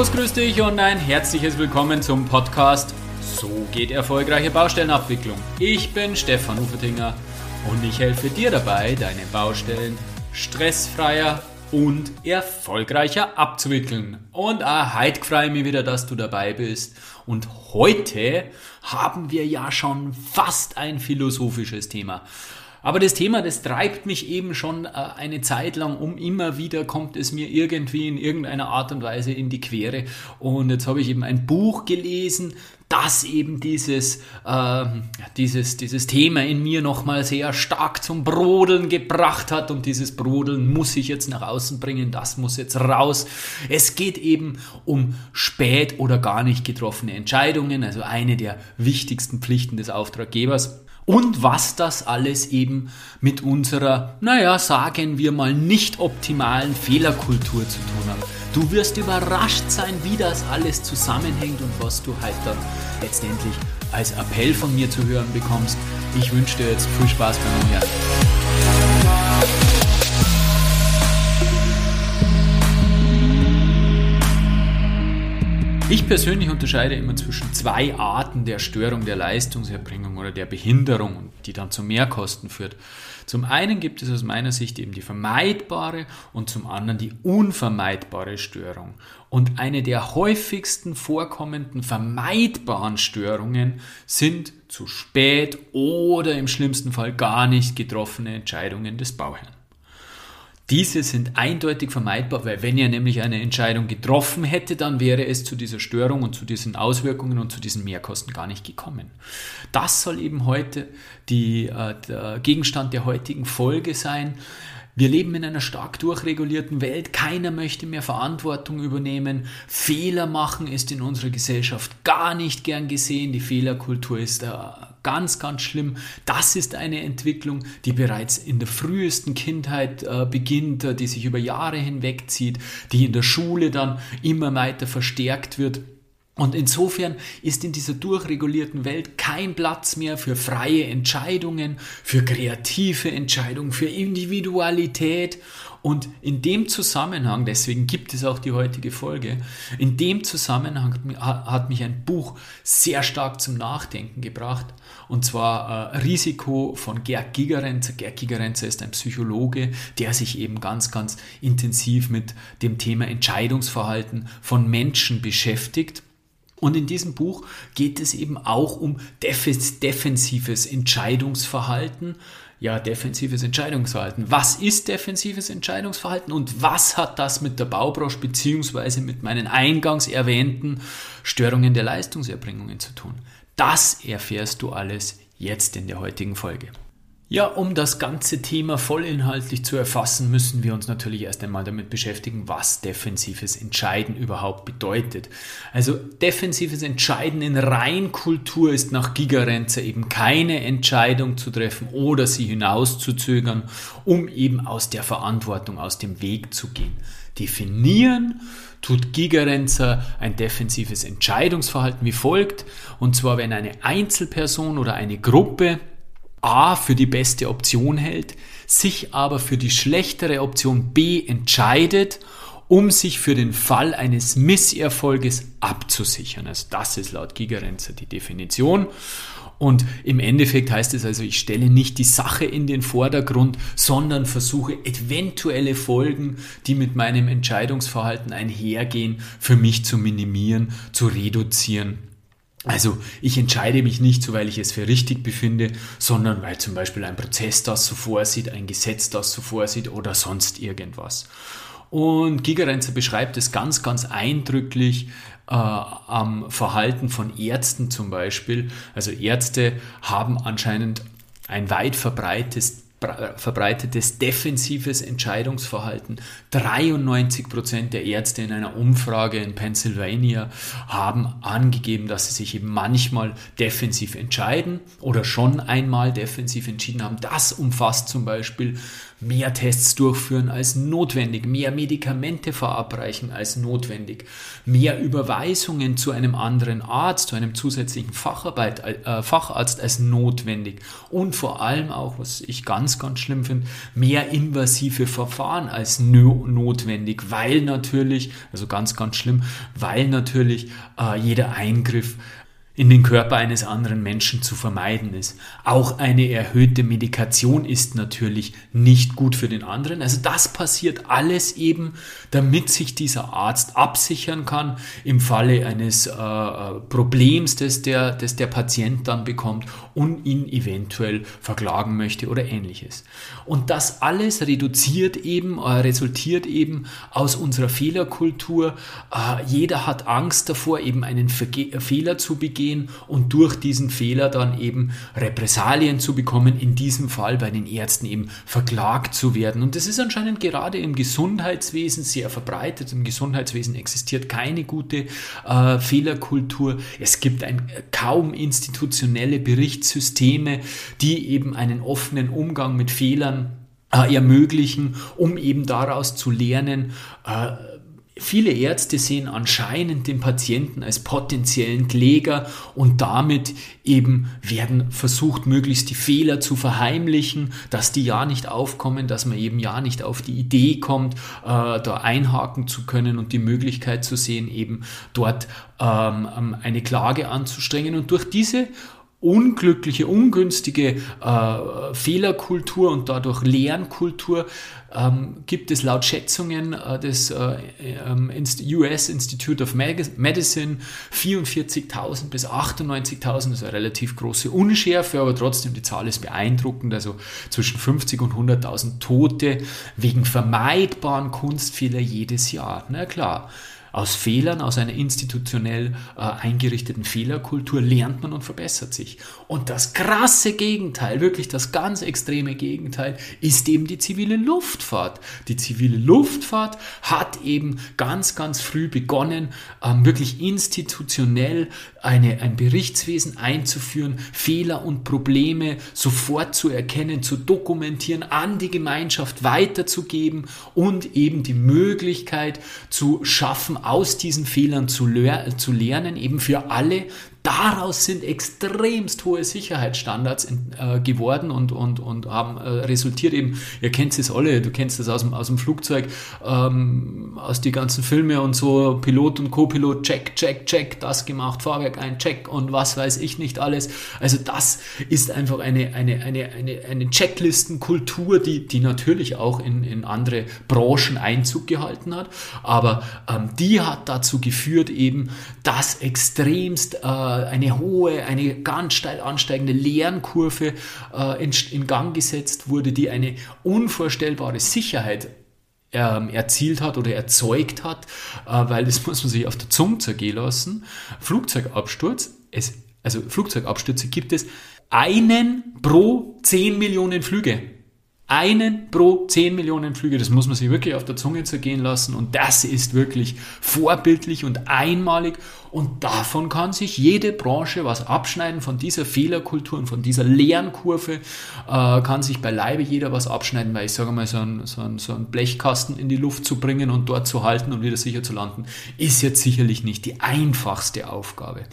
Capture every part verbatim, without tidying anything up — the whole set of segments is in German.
Servus, grüß dich und ein herzliches Willkommen zum Podcast So geht erfolgreiche Baustellenabwicklung. Ich bin Stefan Ufertinger und ich helfe dir dabei, deine Baustellen stressfreier und erfolgreicher abzuwickeln. Und ah, heute freue ich mich wieder, dass du dabei bist. Und heute haben wir ja schon fast ein philosophisches Thema. Aber das Thema, das treibt mich eben schon eine Zeit lang um. Immer wieder kommt es mir irgendwie in irgendeiner Art und Weise in die Quere. Und jetzt habe ich eben ein Buch gelesen, das eben dieses, äh, dieses, dieses Thema in mir nochmal sehr stark zum Brodeln gebracht hat. Und dieses Brodeln muss ich jetzt nach außen bringen, das muss jetzt raus. Es geht eben um spät oder gar nicht getroffene Entscheidungen, also eine der wichtigsten Pflichten des Auftraggebers. Und was das alles eben mit unserer, naja, sagen wir mal, nicht optimalen Fehlerkultur zu tun hat. Du wirst überrascht sein, wie das alles zusammenhängt und was du halt dann letztendlich als Appell von mir zu hören bekommst. Ich wünsche dir jetzt viel Spaß beim Hören. Ich persönlich unterscheide immer zwischen zwei Arten der Störung der Leistungserbringung oder der Behinderung, die dann zu Mehrkosten führt. Zum einen gibt es aus meiner Sicht eben die vermeidbare und zum anderen die unvermeidbare Störung. Und eine der häufigsten vorkommenden vermeidbaren Störungen sind zu spät oder im schlimmsten Fall gar nicht getroffene Entscheidungen des Bauherrn. Diese sind eindeutig vermeidbar, weil wenn er nämlich eine Entscheidung getroffen hätte, dann wäre es zu dieser Störung und zu diesen Auswirkungen und zu diesen Mehrkosten gar nicht gekommen. Das soll eben heute die, äh, der Gegenstand der heutigen Folge sein. Wir leben in einer stark durchregulierten Welt. Keiner möchte mehr Verantwortung übernehmen. Fehler machen ist in unserer Gesellschaft gar nicht gern gesehen. Die Fehlerkultur ist da ganz, ganz schlimm. Das ist eine Entwicklung, die bereits in der frühesten Kindheit äh, beginnt, äh, die sich über Jahre hinweg zieht, die in der Schule dann immer weiter verstärkt wird. Und insofern ist in dieser durchregulierten Welt kein Platz mehr für freie Entscheidungen, für kreative Entscheidungen, für Individualität. Und in dem Zusammenhang, deswegen gibt es auch die heutige Folge, in dem Zusammenhang hat mich ein Buch sehr stark zum Nachdenken gebracht. Und zwar äh, Risiko von Gerd Gigerenzer. Gerd Gigerenzer ist ein Psychologe, der sich eben ganz, ganz intensiv mit dem Thema Entscheidungsverhalten von Menschen beschäftigt. Und in diesem Buch geht es eben auch um defensives Entscheidungsverhalten. Ja, defensives Entscheidungsverhalten. Was ist defensives Entscheidungsverhalten und was hat das mit der Baubranche bzw. mit meinen eingangs erwähnten Störungen der Leistungserbringungen zu tun? Das erfährst du alles jetzt in der heutigen Folge. Ja, um das ganze Thema vollinhaltlich zu erfassen, müssen wir uns natürlich erst einmal damit beschäftigen, was defensives Entscheiden überhaupt bedeutet. Also defensives Entscheiden in Reinkultur ist nach Gigerenzer eben keine Entscheidung zu treffen oder sie hinauszuzögern, um eben aus der Verantwortung, aus dem Weg zu gehen. Definieren tut Gigerenzer ein defensives Entscheidungsverhalten wie folgt, und zwar wenn eine Einzelperson oder eine Gruppe A für die beste Option hält, sich aber für die schlechtere Option B entscheidet, um sich für den Fall eines Misserfolges abzusichern. Also das ist laut Gigerenzer die Definition. Und im Endeffekt heißt es also, ich stelle nicht die Sache in den Vordergrund, sondern versuche eventuelle Folgen, die mit meinem Entscheidungsverhalten einhergehen, für mich zu minimieren, zu reduzieren. Also ich entscheide mich nicht so, weil ich es für richtig befinde, sondern weil zum Beispiel ein Prozess das so vorsieht, ein Gesetz das so vorsieht oder sonst irgendwas. Und Gigerenzer beschreibt es ganz, ganz eindrücklich äh, am Verhalten von Ärzten zum Beispiel. Also Ärzte haben anscheinend ein weit verbreitetes verbreitetes defensives Entscheidungsverhalten. dreiundneunzig Prozent der Ärzte in einer Umfrage in Pennsylvania haben angegeben, dass sie sich eben manchmal defensiv entscheiden oder schon einmal defensiv entschieden haben. Das umfasst zum Beispiel mehr Tests durchführen als notwendig, mehr Medikamente verabreichen als notwendig, mehr Überweisungen zu einem anderen Arzt, zu einem zusätzlichen Facharbeit, äh, Facharzt als notwendig und vor allem auch, was ich ganz ganz, ganz schlimm finde, mehr invasive Verfahren als no- notwendig, weil natürlich, also ganz, ganz schlimm, weil natürlich äh, jeder Eingriff in den Körper eines anderen Menschen zu vermeiden ist. Auch eine erhöhte Medikation ist natürlich nicht gut für den anderen. Also das passiert alles eben, damit sich dieser Arzt absichern kann im Falle eines äh, Problems, das der, das der Patient dann bekommt und ihn eventuell verklagen möchte oder ähnliches. Und das alles reduziert eben, äh, resultiert eben aus unserer Fehlerkultur. Äh, jeder hat Angst davor, eben einen Verge- Fehler zu begehen und durch diesen Fehler dann eben Repressalien zu bekommen, in diesem Fall bei den Ärzten eben verklagt zu werden. Und das ist anscheinend gerade im Gesundheitswesen sehr verbreitet. Im Gesundheitswesen existiert keine gute äh, Fehlerkultur. Es gibt ein, kaum institutionelle Berichtssysteme, die eben einen offenen Umgang mit Fehlern äh, ermöglichen, um eben daraus zu lernen. äh, Viele Ärzte sehen anscheinend den Patienten als potenziellen Kläger und damit eben werden versucht, möglichst die Fehler zu verheimlichen, dass die ja nicht aufkommen, dass man eben ja nicht auf die Idee kommt, äh, da einhaken zu können und die Möglichkeit zu sehen, eben dort ähm, eine Klage anzustrengen. Und durch diese unglückliche, ungünstige äh, Fehlerkultur und dadurch Lernkultur ähm, gibt es laut Schätzungen äh, des äh, U S Institute of Medicine vierundvierzigtausend bis achtundneunzigtausend, das ist eine relativ große Unschärfe, aber trotzdem die Zahl ist beeindruckend, also zwischen fünfzig und hunderttausend Tote wegen vermeidbaren Kunstfehler jedes Jahr. Na klar. Aus Fehlern, aus einer institutionell äh, eingerichteten Fehlerkultur lernt man und verbessert sich. Und das krasse Gegenteil, wirklich das ganz extreme Gegenteil, ist eben die zivile Luftfahrt. Die zivile Luftfahrt hat eben ganz, ganz früh begonnen, ähm, wirklich institutionell eine, ein Berichtswesen einzuführen, Fehler und Probleme sofort zu erkennen, zu dokumentieren, an die Gemeinschaft weiterzugeben und eben die Möglichkeit zu schaffen, aus diesen Fehlern zu, lehr- zu lernen, eben für alle. Daraus sind extremst hohe Sicherheitsstandards in, äh, geworden und, und, und haben äh, resultiert eben, ihr kennt es alle, du kennst das aus dem, aus dem Flugzeug, ähm, aus die ganzen Filme und so, Pilot und Co-Pilot, check, check, check, das gemacht, Fahrwerk ein, check und was weiß ich nicht alles. Also das ist einfach eine, eine, eine, eine, eine Checklistenkultur, die, die natürlich auch in, in andere Branchen Einzug gehalten hat, aber ähm, die hat dazu geführt eben, dass extremst äh, eine hohe, eine ganz steil ansteigende Lernkurve äh, in, in Gang gesetzt wurde, die eine unvorstellbare Sicherheit ähm, erzielt hat oder erzeugt hat, äh, weil das muss man sich auf der Zunge zergehen lassen. Flugzeugabsturz, es, also Flugzeugabstürze gibt es einen pro zehn Millionen Flüge. Einen pro zehn Millionen Flüge, das muss man sich wirklich auf der Zunge zergehen lassen und das ist wirklich vorbildlich und einmalig und davon kann sich jede Branche was abschneiden, von dieser Fehlerkultur und von dieser Lernkurve äh, kann sich beileibe jeder was abschneiden, weil ich sage mal, so ein, so, ein, so ein Blechkasten in die Luft zu bringen und dort zu halten und wieder sicher zu landen, ist jetzt sicherlich nicht die einfachste Aufgabe.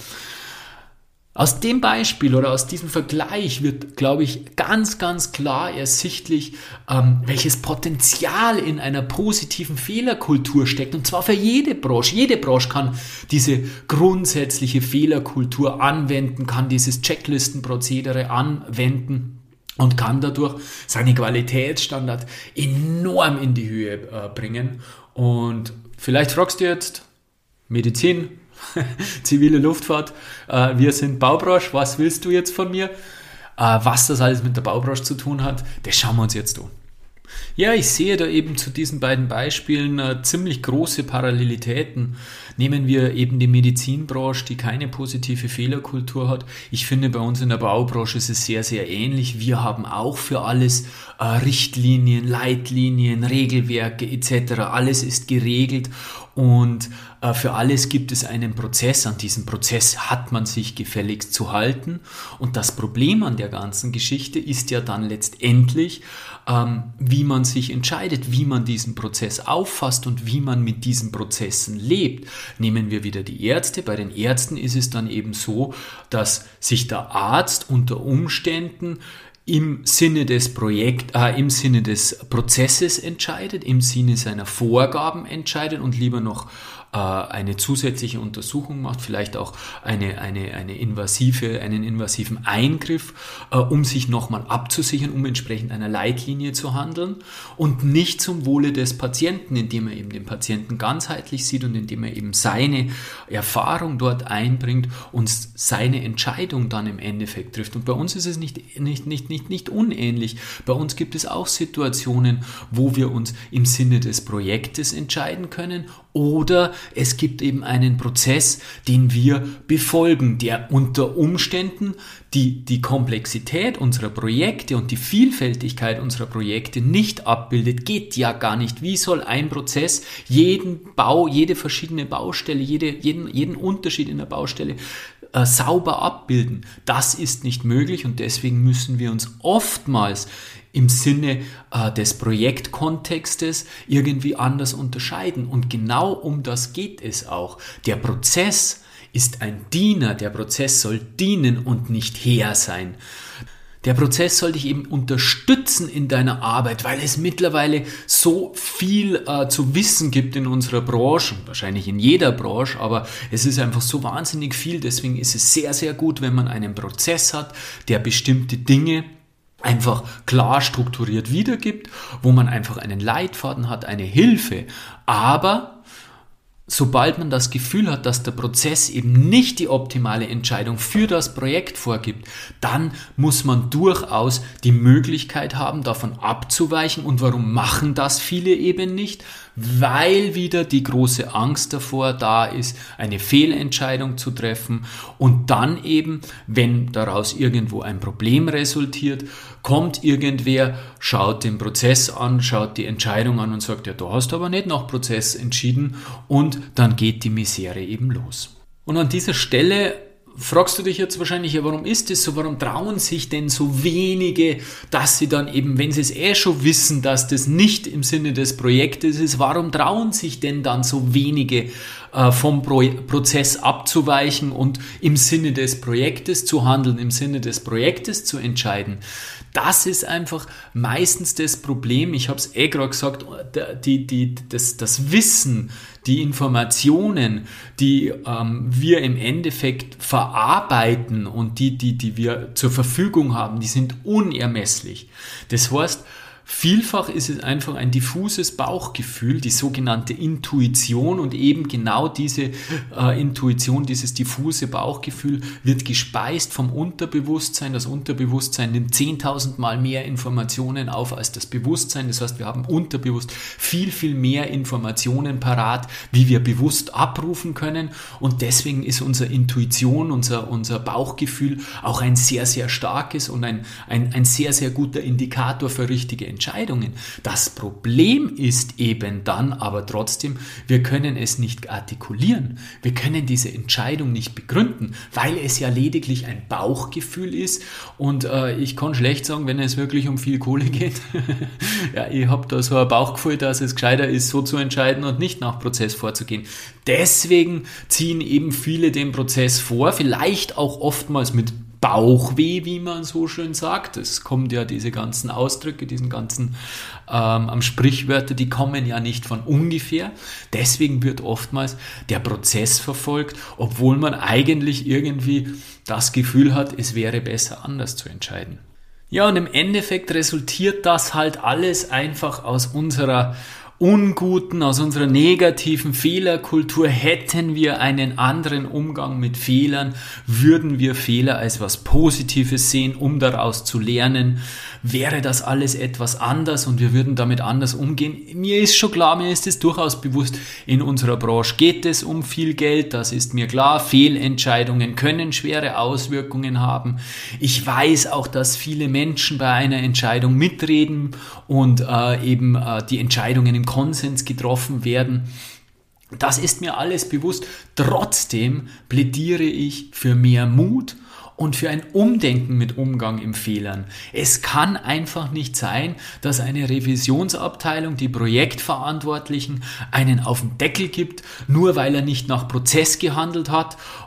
Aus dem Beispiel oder aus diesem Vergleich wird, glaube ich, ganz, ganz klar ersichtlich, ähm, welches Potenzial in einer positiven Fehlerkultur steckt. Und zwar für jede Branche. Jede Branche kann diese grundsätzliche Fehlerkultur anwenden, kann dieses Checklistenprozedere anwenden und kann dadurch seine Qualitätsstandard enorm in die Höhe äh, bringen. Und vielleicht fragst du jetzt, Medizin, zivile Luftfahrt, äh, wir sind Baubranche, was willst du jetzt von mir? Äh, was das alles mit der Baubranche zu tun hat, das schauen wir uns jetzt an. Ja, ich sehe da eben zu diesen beiden Beispielen äh, ziemlich große Parallelitäten. Nehmen wir eben die Medizinbranche, die keine positive Fehlerkultur hat. Ich finde, bei uns in der Baubranche ist es sehr, sehr ähnlich. Wir haben auch für alles äh, Richtlinien, Leitlinien, Regelwerke et cetera. Alles ist geregelt und äh, für alles gibt es einen Prozess. An diesem Prozess hat man sich gefälligst zu halten. Und das Problem an der ganzen Geschichte ist ja dann letztendlich, ähm, wie man sich entscheidet, wie man diesen Prozess auffasst und wie man mit diesen Prozessen lebt. Nehmen wir wieder die Ärzte. Bei den Ärzten ist es dann eben so, dass sich der Arzt unter Umständen im Sinne des Projekt, äh, im Sinne des Prozesses entscheidet, im Sinne seiner Vorgaben entscheidet und lieber noch äh, eine zusätzliche Untersuchung macht, vielleicht auch eine, eine, eine invasive, einen invasiven Eingriff, äh, um sich nochmal abzusichern, um entsprechend einer Leitlinie zu handeln und nicht zum Wohle des Patienten, indem er eben den Patienten ganzheitlich sieht und indem er eben seine Erfahrung dort einbringt und seine Entscheidung dann im Endeffekt trifft. Und bei uns ist es nicht, nicht, nicht, nicht, nicht unähnlich. Bei uns gibt es auch Situationen, wo wir uns im Sinne des Projektes entscheiden können oder es gibt eben einen Prozess, den wir befolgen, der unter Umständen die, die Komplexität unserer Projekte und die Vielfältigkeit unserer Projekte nicht abbildet. Geht ja gar nicht. Wie soll ein Prozess jeden Bau, jede verschiedene Baustelle, jede, jeden, jeden Unterschied in der Baustelle äh, sauber abbilden? Das ist nicht möglich und deswegen müssen wir uns oftmals im Sinne äh, des Projektkontextes irgendwie anders unterscheiden. Und genau um das geht es auch. Der Prozess ist ein Diener, der Prozess soll dienen und nicht Herr sein. Der Prozess soll dich eben unterstützen in deiner Arbeit, weil es mittlerweile so viel äh, zu wissen gibt in unserer Branche, wahrscheinlich in jeder Branche, aber es ist einfach so wahnsinnig viel. Deswegen ist es sehr, sehr gut, wenn man einen Prozess hat, der bestimmte Dinge einfach klar strukturiert wiedergibt, wo man einfach einen Leitfaden hat, eine Hilfe. Aber sobald man das Gefühl hat, dass der Prozess eben nicht die optimale Entscheidung für das Projekt vorgibt, dann muss man durchaus die Möglichkeit haben, davon abzuweichen. Und warum machen das viele eben nicht? Weil wieder die große Angst davor da ist, eine Fehlentscheidung zu treffen und dann eben, wenn daraus irgendwo ein Problem resultiert, kommt irgendwer, schaut den Prozess an, schaut die Entscheidung an und sagt, ja, du hast aber nicht nach Prozess entschieden und dann geht die Misere eben los. Und an dieser Stelle fragst du dich jetzt wahrscheinlich, ja, warum ist das so? Warum trauen sich denn so wenige, dass sie dann eben, wenn sie es eh schon wissen, dass das nicht im Sinne des Projektes ist, warum trauen sich denn dann so wenige äh, vom Pro- Prozess abzuweichen und im Sinne des Projektes zu handeln, im Sinne des Projektes zu entscheiden? Das ist einfach meistens das Problem. Ich habe es eh gerade gesagt, die, die, das, das Wissen, die Informationen, die ähm, wir im Endeffekt verarbeiten und die, die, die wir zur Verfügung haben, die sind unermesslich. Das heißt, vielfach ist es einfach ein diffuses Bauchgefühl, die sogenannte Intuition und eben genau diese äh, Intuition, dieses diffuse Bauchgefühl wird gespeist vom Unterbewusstsein. Das Unterbewusstsein nimmt zehntausend Mal mehr Informationen auf als das Bewusstsein. Das heißt, wir haben unterbewusst viel, viel mehr Informationen parat, wie wir bewusst abrufen können und deswegen ist unsere Intuition, unser, unser Bauchgefühl auch ein sehr, sehr starkes und ein, ein, ein sehr, sehr guter Indikator für richtige Entscheidungen. Entscheidungen. Das Problem ist eben dann aber trotzdem, wir können es nicht artikulieren. Wir können diese Entscheidung nicht begründen, weil es ja lediglich ein Bauchgefühl ist und äh, ich kann schlecht sagen, wenn es wirklich um viel Kohle geht. Ja, ich habe da so ein Bauchgefühl, dass es gescheiter ist, so zu entscheiden und nicht nach Prozess vorzugehen. Deswegen ziehen eben viele den Prozess vor, vielleicht auch oftmals mit Bauchweh, wie man so schön sagt. Es kommt ja diese ganzen Ausdrücke, diesen ganzen ähm, Sprichwörter, die kommen ja nicht von ungefähr. Deswegen wird oftmals der Prozess verfolgt, obwohl man eigentlich irgendwie das Gefühl hat, es wäre besser anders zu entscheiden. Ja, und im Endeffekt resultiert das halt alles einfach aus unserer unguten, aus unserer negativen Fehlerkultur. Hätten wir einen anderen Umgang mit Fehlern, würden wir Fehler als was Positives sehen, um daraus zu lernen, wäre das alles etwas anders und wir würden damit anders umgehen. Mir ist schon klar, mir ist es durchaus bewusst, in unserer Branche geht es um viel Geld, das ist mir klar. Fehlentscheidungen können schwere Auswirkungen haben. Ich weiß auch, dass viele Menschen bei einer Entscheidung mitreden und äh, eben äh, die Entscheidungen im Konsens getroffen werden. Das ist mir alles bewusst. Trotzdem plädiere ich für mehr Mut und für ein Umdenken mit Umgang im Fehlern. Es kann einfach nicht sein, dass eine Revisionsabteilung, die Projektverantwortlichen, einen auf den Deckel gibt, nur weil er nicht nach Prozess gehandelt hat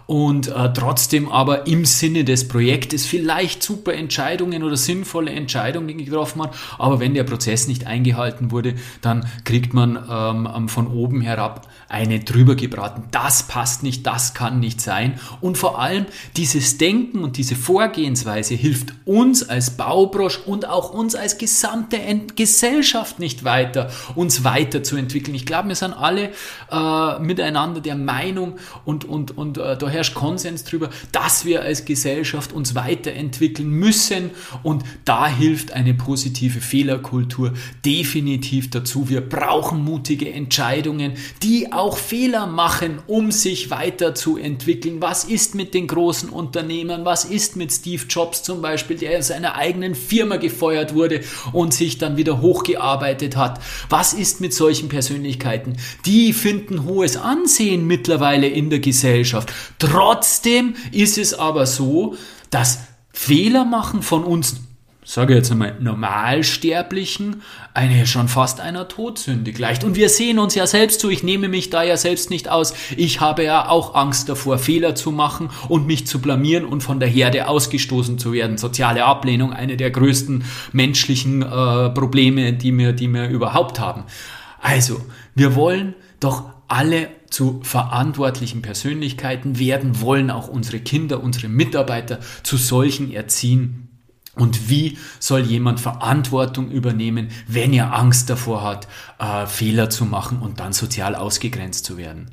und äh, trotzdem aber im Sinne des Projektes vielleicht super Entscheidungen oder sinnvolle Entscheidungen getroffen hat, aber wenn der Prozess nicht eingehalten wurde, dann kriegt man ähm, von oben herab eine drüber gebraten. Das passt nicht, das kann nicht sein. Und vor allem dieses Denken und diese Vorgehensweise hilft uns als Baubranche und auch uns als gesamte Gesellschaft nicht weiter, uns weiterzuentwickeln. Ich glaube, wir sind alle äh, miteinander der Meinung und, und, und äh, da herrscht Konsens drüber, dass wir als Gesellschaft uns weiterentwickeln müssen, und da hilft eine positive Fehlerkultur definitiv dazu. Wir brauchen mutige Entscheidungen, die auch Fehler machen, um sich weiterzuentwickeln. Was ist mit den großen Unternehmern? Was ist mit Steve Jobs zum Beispiel, der in seiner eigenen Firma gefeuert wurde und sich dann wieder hochgearbeitet hat? Was ist mit solchen Persönlichkeiten? Die finden hohes Ansehen mittlerweile in der Gesellschaft. Trotzdem ist es aber so, dass Fehler machen von uns, sage ich jetzt einmal, Normalsterblichen, eine schon fast einer Todsünde gleicht. Und wir sehen uns ja selbst so, ich nehme mich da ja selbst nicht aus. Ich habe ja auch Angst davor, Fehler zu machen und mich zu blamieren und von der Herde ausgestoßen zu werden. Soziale Ablehnung, eine der größten menschlichen äh, Probleme, die wir, die wir überhaupt haben. Also, wir wollen doch alle zu verantwortlichen Persönlichkeiten werden, wollen auch unsere Kinder, unsere Mitarbeiter zu solchen erziehen. Und wie soll jemand Verantwortung übernehmen, wenn er Angst davor hat, äh, Fehler zu machen und dann sozial ausgegrenzt zu werden?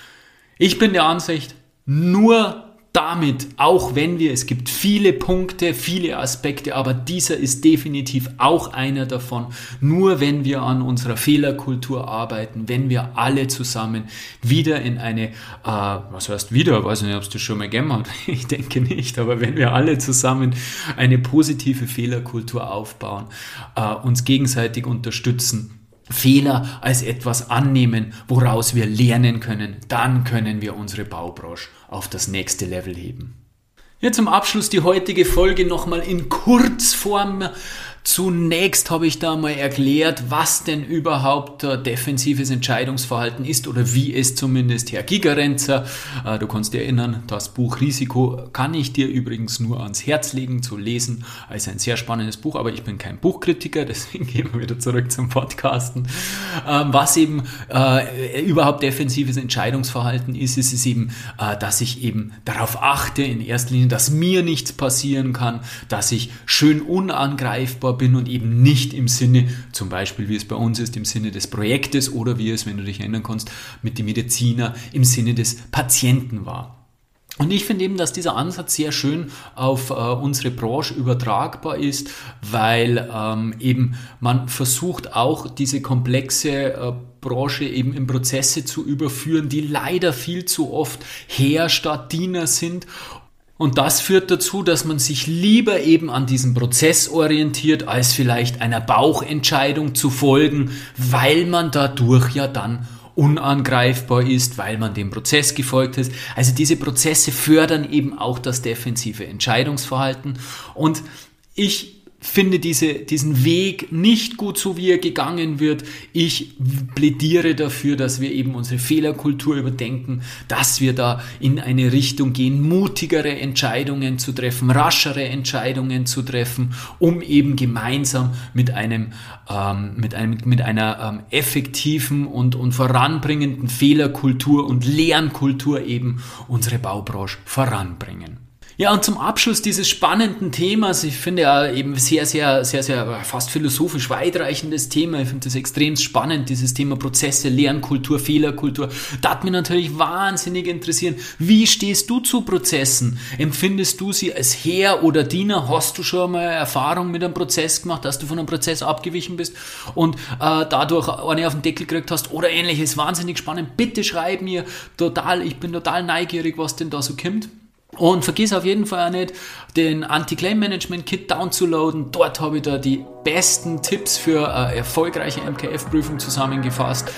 Ich bin der Ansicht, nur damit, auch wenn wir, es gibt viele Punkte, viele Aspekte, aber dieser ist definitiv auch einer davon. Nur wenn wir an unserer Fehlerkultur arbeiten, wenn wir alle zusammen wieder in eine, äh, was heißt wieder, weiß nicht, ob es das schon mal gegeben hat, ich denke nicht, aber wenn wir alle zusammen eine positive Fehlerkultur aufbauen, äh, uns gegenseitig unterstützen, Fehler als etwas annehmen, woraus wir lernen können, dann können wir unsere Baubranche auf das nächste Level heben. Ja, zum Abschluss die heutige Folge nochmal in Kurzform. Zunächst habe ich da mal erklärt, was denn überhaupt äh, defensives Entscheidungsverhalten ist oder wie es zumindest Herr Gigerenzer, äh, du kannst dich erinnern, das Buch Risiko kann ich dir übrigens nur ans Herz legen zu lesen, also ein sehr spannendes Buch, aber ich bin kein Buchkritiker, deswegen gehen wir wieder zurück zum Podcasten. Ähm, was eben äh, überhaupt defensives Entscheidungsverhalten ist, ist es eben, äh, dass ich eben darauf achte, in erster Linie, dass mir nichts passieren kann, dass ich schön unangreifbar bin und eben nicht im Sinne, zum Beispiel wie es bei uns ist, im Sinne des Projektes oder wie es, wenn du dich erinnern kannst, mit dem Mediziner im Sinne des Patienten war. Und ich finde eben, dass dieser Ansatz sehr schön auf äh, unsere Branche übertragbar ist, weil ähm, eben man versucht auch diese komplexe äh, Branche eben in Prozesse zu überführen, die leider viel zu oft Herr statt Diener sind. Und das führt dazu, dass man sich lieber eben an diesem Prozess orientiert, als vielleicht einer Bauchentscheidung zu folgen, weil man dadurch ja dann unangreifbar ist, weil man dem Prozess gefolgt ist. Also diese Prozesse fördern eben auch das defensive Entscheidungsverhalten. Und ich finde diese, diesen Weg nicht gut, so wie er gegangen wird. Ich plädiere dafür, dass wir eben unsere Fehlerkultur überdenken, dass wir da in eine Richtung gehen, mutigere Entscheidungen zu treffen, raschere Entscheidungen zu treffen, um eben gemeinsam mit einem, ähm, mit einem, mit einer ähm, effektiven und, und voranbringenden Fehlerkultur und Lernkultur eben unsere Baubranche voranbringen. Ja, und zum Abschluss dieses spannenden Themas, ich finde ja eben sehr, sehr, sehr, sehr fast philosophisch weitreichendes Thema, ich finde das extrem spannend, dieses Thema Prozesse, Lernkultur, Fehlerkultur. Da hat mich natürlich wahnsinnig interessieren, wie stehst du zu Prozessen? Empfindest du sie als Herr oder Diener? Hast du schon mal Erfahrung mit einem Prozess gemacht, dass du von einem Prozess abgewichen bist und äh, dadurch eine auf den Deckel gekriegt hast oder ähnliches? Wahnsinnig spannend. Bitte schreib mir total, ich bin total neugierig, was denn da so kommt. Und vergiss auf jeden Fall auch nicht, den Anti-Claim-Management-Kit downzuladen. Dort habe ich da die besten Tipps für eine erfolgreiche M K F-Prüfung zusammengefasst.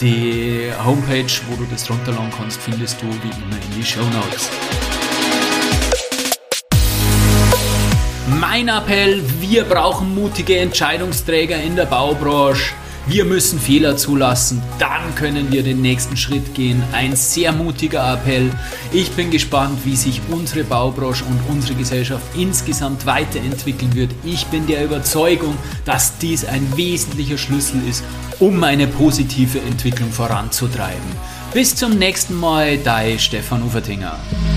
Die Homepage, wo du das runterladen kannst, findest du wie immer in die Shownotes. Mein Appell, wir brauchen mutige Entscheidungsträger in der Baubranche. Wir müssen Fehler zulassen, dann können wir den nächsten Schritt gehen. Ein sehr mutiger Appell. Ich bin gespannt, wie sich unsere Baubranche und unsere Gesellschaft insgesamt weiterentwickeln wird. Ich bin der Überzeugung, dass dies ein wesentlicher Schlüssel ist, um eine positive Entwicklung voranzutreiben. Bis zum nächsten Mal, dein Stefan Ufertinger.